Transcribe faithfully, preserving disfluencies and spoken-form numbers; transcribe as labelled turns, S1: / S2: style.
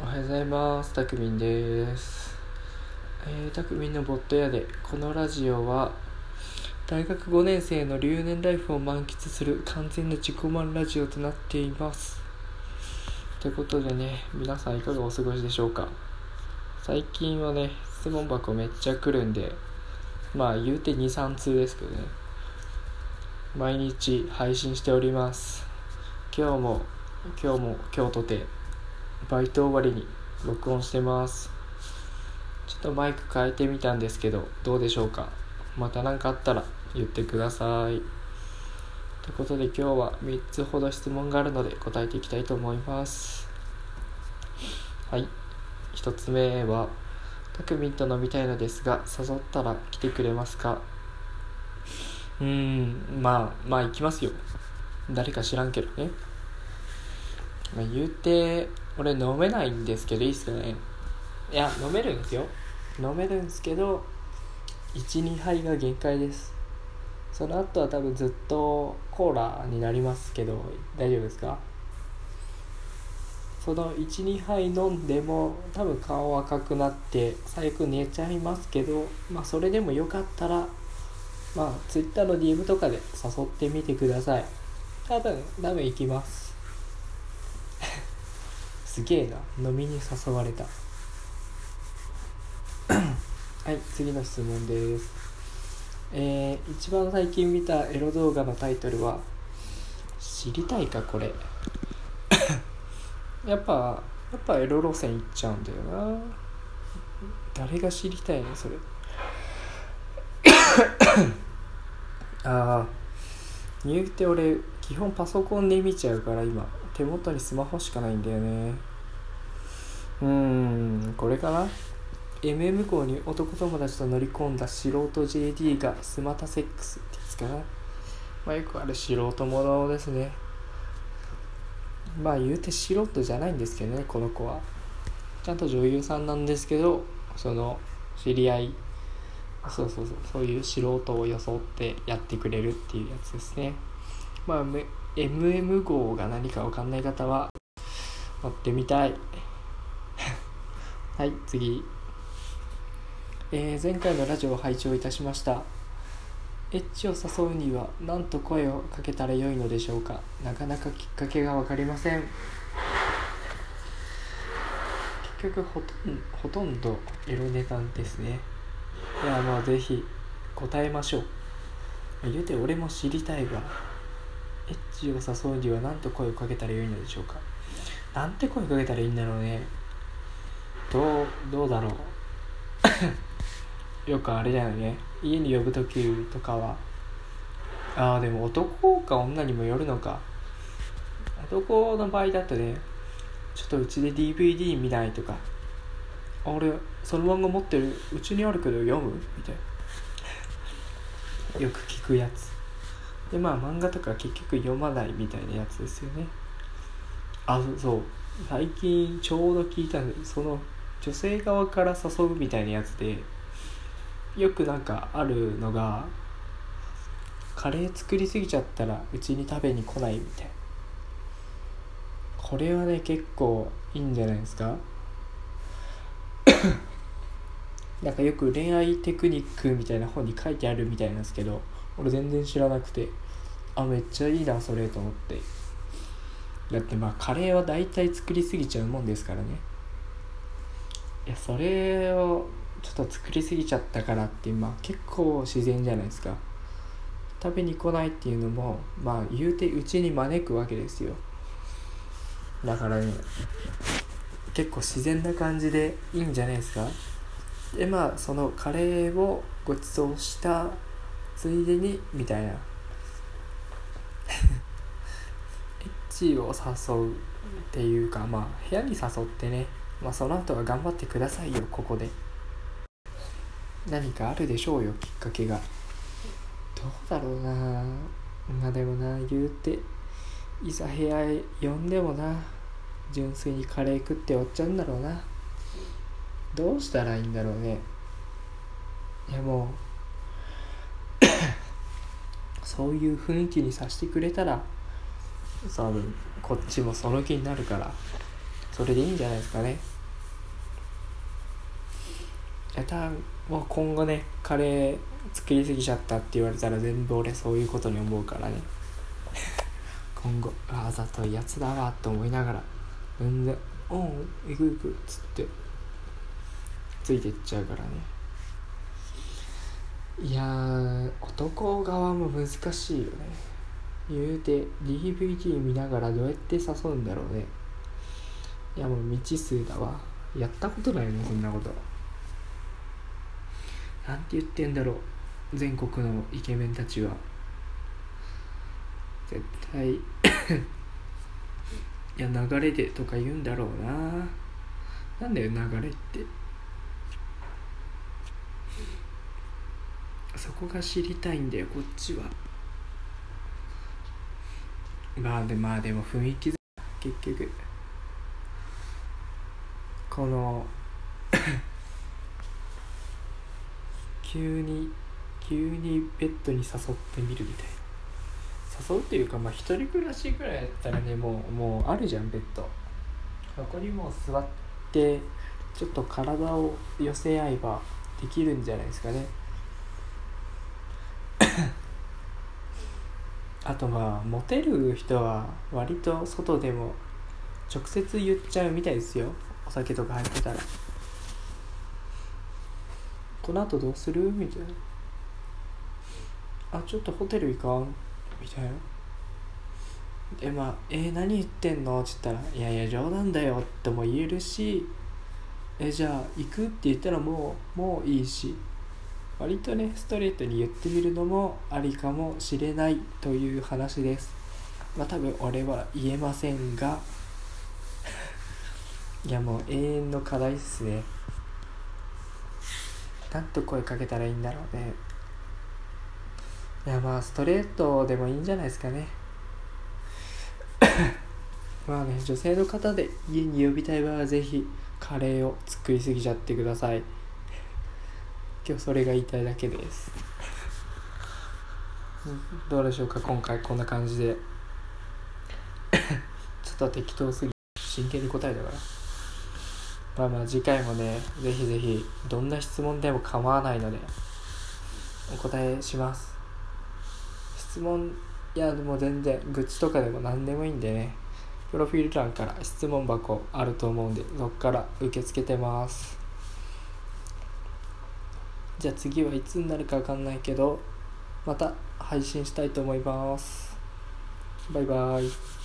S1: おはようございます。たくみんです。えー、たくみんのボット屋で、このラジオは大学ごねん生の留年ライフを満喫する完全な自己満ラジオとなっています。ということでね、皆さんいかがお過ごしでしょうか。最近はね、質問箱めっちゃ来るんで、まあ言うてに、さん通ですけどね、毎日配信しております。今日も今日も今日とてバイト終わりに録音してます。ちょっとマイク変えてみたんですけど、どうでしょうか。また何かあったら言ってください。ということで今日はみっつほど質問があるので答えていきたいと思います。はい、ひとつめは、たくみんと飲みたいのですが誘ったら来てくれますか。うーんまあまあ行きますよ。誰か知らんけどね。まあ、言うて俺飲めないんですけどいいっすかね。いや飲めるんですよ。飲めるんですけど いち,に 杯が限界です。その後は多分ずっとコーラになりますけど大丈夫ですか。その いち,に 杯飲んでも多分顔赤くなって最悪寝ちゃいますけど、まあそれでもよかったらまあ Twitter の ディーエム とかで誘ってみてください。多分多分行きますすげえな、飲みに誘われたはい、次の質問です。えー、一番最近見たエロ動画のタイトルは知りたいかこれやっぱやっぱエロ路線いっちゃうんだよな。誰が知りたいねそれああ言うて俺基本パソコンで見ちゃうから今手元にスマホしかないんだよね。うーんこれかな。 エムエム 号に男友達と乗り込んだ素人 ジェーディー がスマタセックスってやつかな。まあよくある素人ものですね。まあ言うて素人じゃないんですけどね、この子はちゃんと女優さんなんですけど、その知り合いそうそうそうそういう素人を装ってやってくれるっていうやつですね。まあ エムエム 号が何か分かんない方は乗ってみたいはい次、えー、前回のラジオを拝聴いたしました。エッチを誘うには何と声をかけたらよいのでしょうか。なかなかきっかけが分かりません。結局ほとんど、ほとんどエロネタですね。いやまあぜひ答えましょう。言うて俺も知りたいわ。エッチを誘うには何と声をかけたらよいのでしょうか。なんて声かけたらいいんだろうね。どうどうだろうよくあれだよね、家に呼ぶときとかはああでも男か女にもよるのか。男の場合だとね、ちょっとうちで ディーブイディー 見ないとか、あ俺その漫画持ってる、うちにあるけど読むみたいなよく聞くやつで、まあ漫画とか結局読まないみたいなやつですよね。あそう最近ちょうど聞いたんで、その女性側から誘うみたいなやつでよくなんかあるのが、カレー作りすぎちゃったらうちに食べに来ないみたいな。これはね結構いいんじゃないですかなんかよく恋愛テクニックみたいな本に書いてあるみたいなんですけど、俺全然知らなくて、あめっちゃいいなそれと思って。だってまあカレーは大体作りすぎちゃうもんですからね。いやそれをちょっと作りすぎちゃったからってまあ結構自然じゃないですか。食べに来ないっていうのもまあ言うてうちに招くわけですよ。だからね結構自然な感じでいいんじゃないですか。でまあそのカレーをご馳走したついでにみたいなエッチを誘うっていうか、まあ部屋に誘ってね、まあその後は頑張ってくださいよ。ここで何かあるでしょうよ、きっかけが。どうだろうな。まあでもな、言うていざ部屋へ呼んでもな、純粋にカレー食って終わっちゃうんだろうな。どうしたらいいんだろうね。いやもうそういう雰囲気にさせてくれたら多分こっちもその気になるから、それでいいんじゃないですかね。 やたもう今後ねカレー作りすぎちゃったって言われたら全部俺そういうことに思うからね今後あざといやつだわと思いながら全然「うん行く行く」っつってついてっちゃうからね。いやー男側も難しいよね。言うて ディーブイディー 見ながらどうやって誘うんだろうね。いやもう未知数だわ。やったことないねそんなこと。なんて言ってんだろう全国のイケメンたちは。絶対いや流れでとか言うんだろうな。なんだよ流れって。そこが知りたいんだよこっちは。まあでまあでも雰囲気結局この急に急にベッドに誘ってみるみたいな。誘うっていうかまあ一人暮らしぐらいやったらねもうもうあるじゃんベッド。そこにもう座ってちょっと体を寄せ合えばできるんじゃないですかね。あとまあモテる人は割と外でも直接言っちゃうみたいですよ。お酒とか入ってたらこの後どうするみたいな。あちょっとホテル行かんみたいな。でまあえー、何言ってんのって言ったらいやいや冗談だよっても言えるし、えじゃあ行くって言ったらもうもういいし、割とねストレートに言ってみるのもありかもしれないという話です。まあ多分俺は言えませんがいやもう永遠の課題っすね。なんと声かけたらいいんだろうね。いやまあストレートでもいいんじゃないですかねまあね女性の方で家に呼びたい場合はぜひカレーを作りすぎちゃってください。今日それが言いたいだけですどうでしょうか今回こんな感じでちょっと適当すぎ真剣に答えたからまあまあ次回もねぜひぜひどんな質問でも構わないのでお答えします。質問いやでも全然愚痴とかでも何でもいいんでねプロフィール欄から質問箱あると思うんでそっから受け付けてます。じゃあ次はいつになるか分かんないけどまた配信したいと思います。バイバイ。